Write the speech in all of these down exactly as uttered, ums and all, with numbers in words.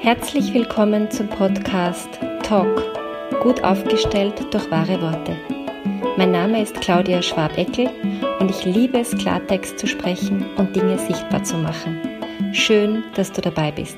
Herzlich willkommen zum Podcast Talk, gut aufgestellt durch wahre Worte. Mein Name ist Claudia Schwab-Eckel und ich liebe es, Klartext zu sprechen und Dinge sichtbar zu machen. Schön, dass du dabei bist.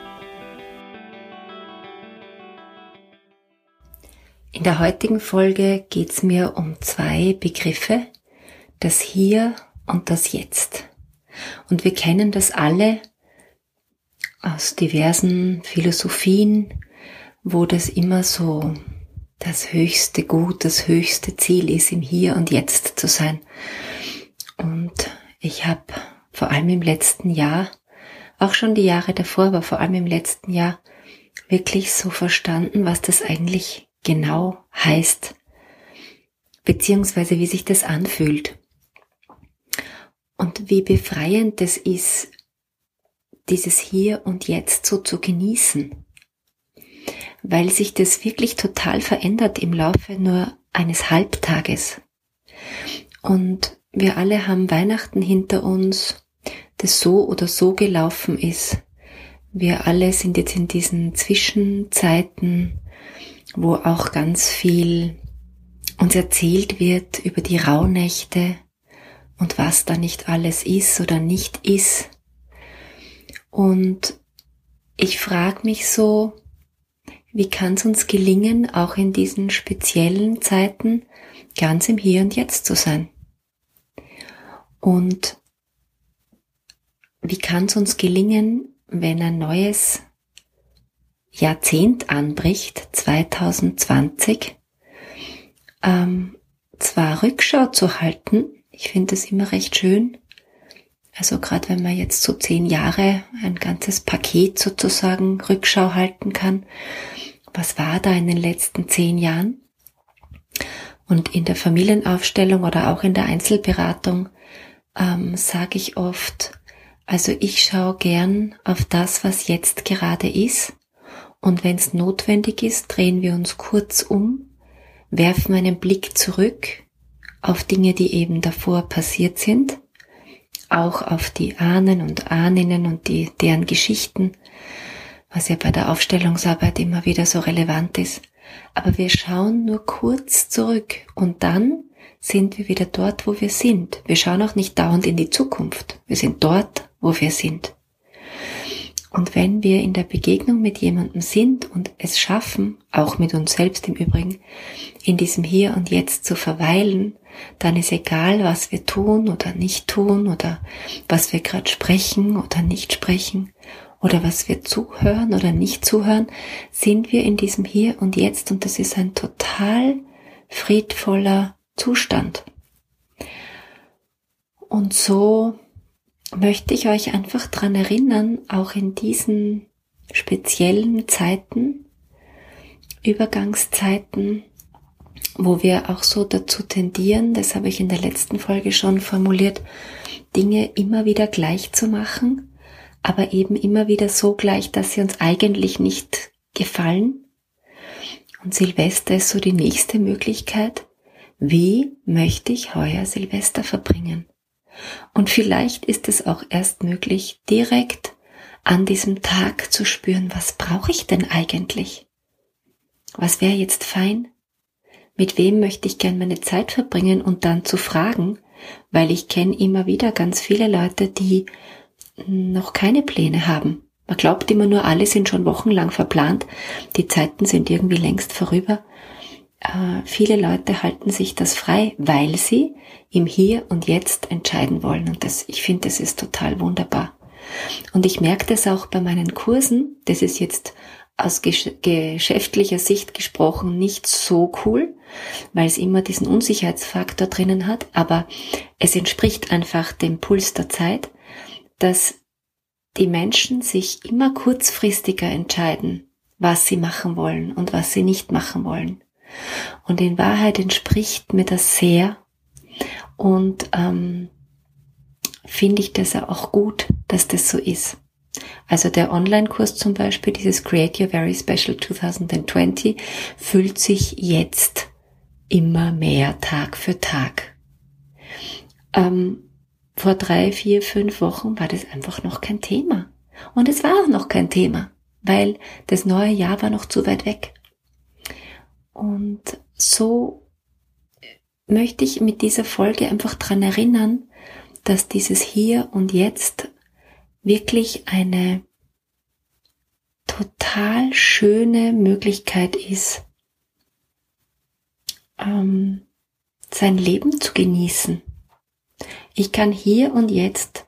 In der heutigen Folge geht es mir um zwei Begriffe, das Hier und das Jetzt. Und wir kennen das alle aus diversen Philosophien, wo das immer so das höchste Gut, das höchste Ziel ist, im Hier und Jetzt zu sein. Und ich habe vor allem im letzten Jahr, auch schon die Jahre davor, aber vor allem im letzten Jahr wirklich so verstanden, was das eigentlich genau heißt, beziehungsweise wie sich das anfühlt. Und wie befreiend es ist, dieses Hier und Jetzt so zu genießen, weil sich das wirklich total verändert im Laufe nur eines Halbtages. Und wir alle haben Weihnachten hinter uns, das so oder so gelaufen ist. Wir alle sind jetzt in diesen Zwischenzeiten, wo auch ganz viel uns erzählt wird über die Rauhnächte und was da nicht alles ist oder nicht ist. Und ich frage mich so, wie kann es uns gelingen, auch in diesen speziellen Zeiten ganz im Hier und Jetzt zu sein? Und wie kann es uns gelingen, wenn ein neues Jahrzehnt anbricht, zwanzig zwanzig, ähm, zwar Rückschau zu halten, ich finde es immer recht schön, also gerade wenn man jetzt so zehn Jahre ein ganzes Paket sozusagen Rückschau halten kann, was war da in den letzten zehn Jahren? Und in der Familienaufstellung oder auch in der Einzelberatung ähm, sage ich oft, also ich schaue gern auf das, was jetzt gerade ist, und wenn es notwendig ist, drehen wir uns kurz um, werfen einen Blick zurück auf Dinge, die eben davor passiert sind, auch auf die Ahnen und Ahninnen und die deren Geschichten, was ja bei der Aufstellungsarbeit immer wieder so relevant ist. Aber wir schauen nur kurz zurück und dann sind wir wieder dort, wo wir sind. Wir schauen auch nicht dauernd in die Zukunft. Wir sind dort, wo wir sind. Und wenn wir in der Begegnung mit jemandem sind und es schaffen, auch mit uns selbst im Übrigen, in diesem Hier und Jetzt zu verweilen, dann ist egal, was wir tun oder nicht tun oder was wir gerade sprechen oder nicht sprechen oder was wir zuhören oder nicht zuhören, sind wir in diesem Hier und Jetzt und das ist ein total friedvoller Zustand. Und so möchte ich euch einfach dran erinnern, auch in diesen speziellen Zeiten, Übergangszeiten, wo wir auch so dazu tendieren, das habe ich in der letzten Folge schon formuliert, Dinge immer wieder gleich zu machen, aber eben immer wieder so gleich, dass sie uns eigentlich nicht gefallen. Und Silvester ist so die nächste Möglichkeit. Wie möchte ich heuer Silvester verbringen? Und vielleicht ist es auch erst möglich, direkt an diesem Tag zu spüren, was brauche ich denn eigentlich? Was wäre jetzt fein? Mit wem möchte ich gern meine Zeit verbringen und dann zu fragen, weil ich kenne immer wieder ganz viele Leute, die noch keine Pläne haben. Man glaubt immer nur, alle sind schon wochenlang verplant, die Zeiten sind irgendwie längst vorüber. Äh, viele Leute halten sich das frei, weil sie im Hier und Jetzt entscheiden wollen. Und das, ich finde, das ist total wunderbar. Und ich merke das auch bei meinen Kursen. Das ist jetzt aus gesch- geschäftlicher Sicht gesprochen nicht so cool, weil es immer diesen Unsicherheitsfaktor drinnen hat. Aber es entspricht einfach dem Puls der Zeit, dass die Menschen sich immer kurzfristiger entscheiden, was sie machen wollen und was sie nicht machen wollen. Und in Wahrheit entspricht mir das sehr und ähm, finde ich das auch gut, dass das so ist. Also der Online-Kurs zum Beispiel, dieses Create Your Very Special zwanzig zwanzig, fühlt sich jetzt immer mehr Tag für Tag. Ähm, vor drei, vier, fünf Wochen war das einfach noch kein Thema. Und es war auch noch kein Thema. weil das neue Jahr war noch zu weit weg. Und so möchte ich mit dieser Folge einfach daran erinnern, dass dieses Hier und Jetzt wirklich eine total schöne Möglichkeit ist, ähm, sein Leben zu genießen. Ich kann hier und jetzt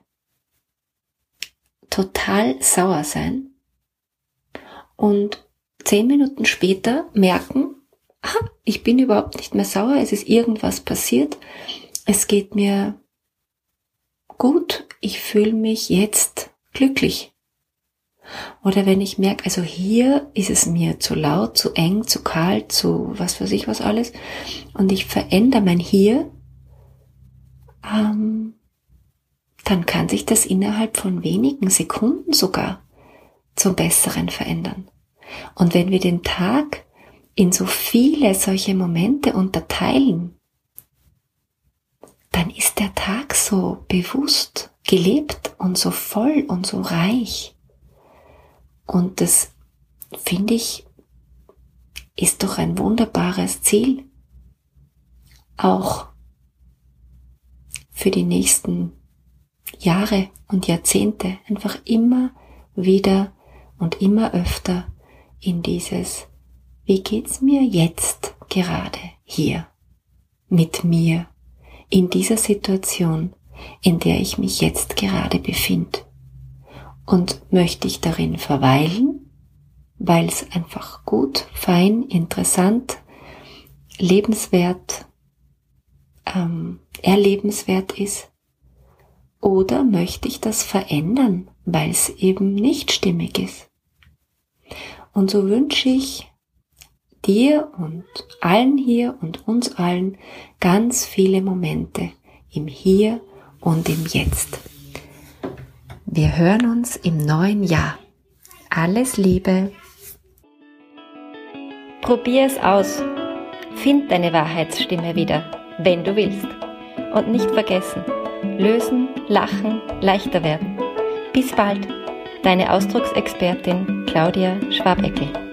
total sauer sein und zehn Minuten später merken, aha, ich bin überhaupt nicht mehr sauer, es ist irgendwas passiert, es geht mir gut, ich fühle mich jetzt glücklich. Oder wenn ich merke, also hier ist es mir zu laut, zu eng, zu kalt, zu was weiß ich was alles, und ich verändere mein Hier, ähm, dann kann sich das innerhalb von wenigen Sekunden sogar zum Besseren verändern. Und wenn wir den Tag in so viele solche Momente unterteilen, dann ist der Tag so bewusst gelebt und so voll und so reich. Und das, finde ich, ist doch ein wunderbares Ziel, auch für die nächsten Jahre und Jahrzehnte, einfach immer wieder und immer öfter in dieses, wie geht's mir jetzt gerade hier, mit mir, in dieser Situation, in der ich mich jetzt gerade befinde. Und möchte ich darin verweilen, weil es einfach gut, fein, interessant, lebenswert, ähm, erlebenswert ist? Oder möchte ich das verändern, weil es eben nicht stimmig ist? Und so wünsche ich dir und allen hier und uns allen ganz viele Momente im Hier und im Jetzt. Wir hören uns im neuen Jahr. Alles Liebe. Probier es aus. Find deine Wahrheitsstimme wieder, wenn du willst. Und nicht vergessen, lösen, lachen, leichter werden. Bis bald, deine Ausdrucksexpertin Claudia Schwabeckel.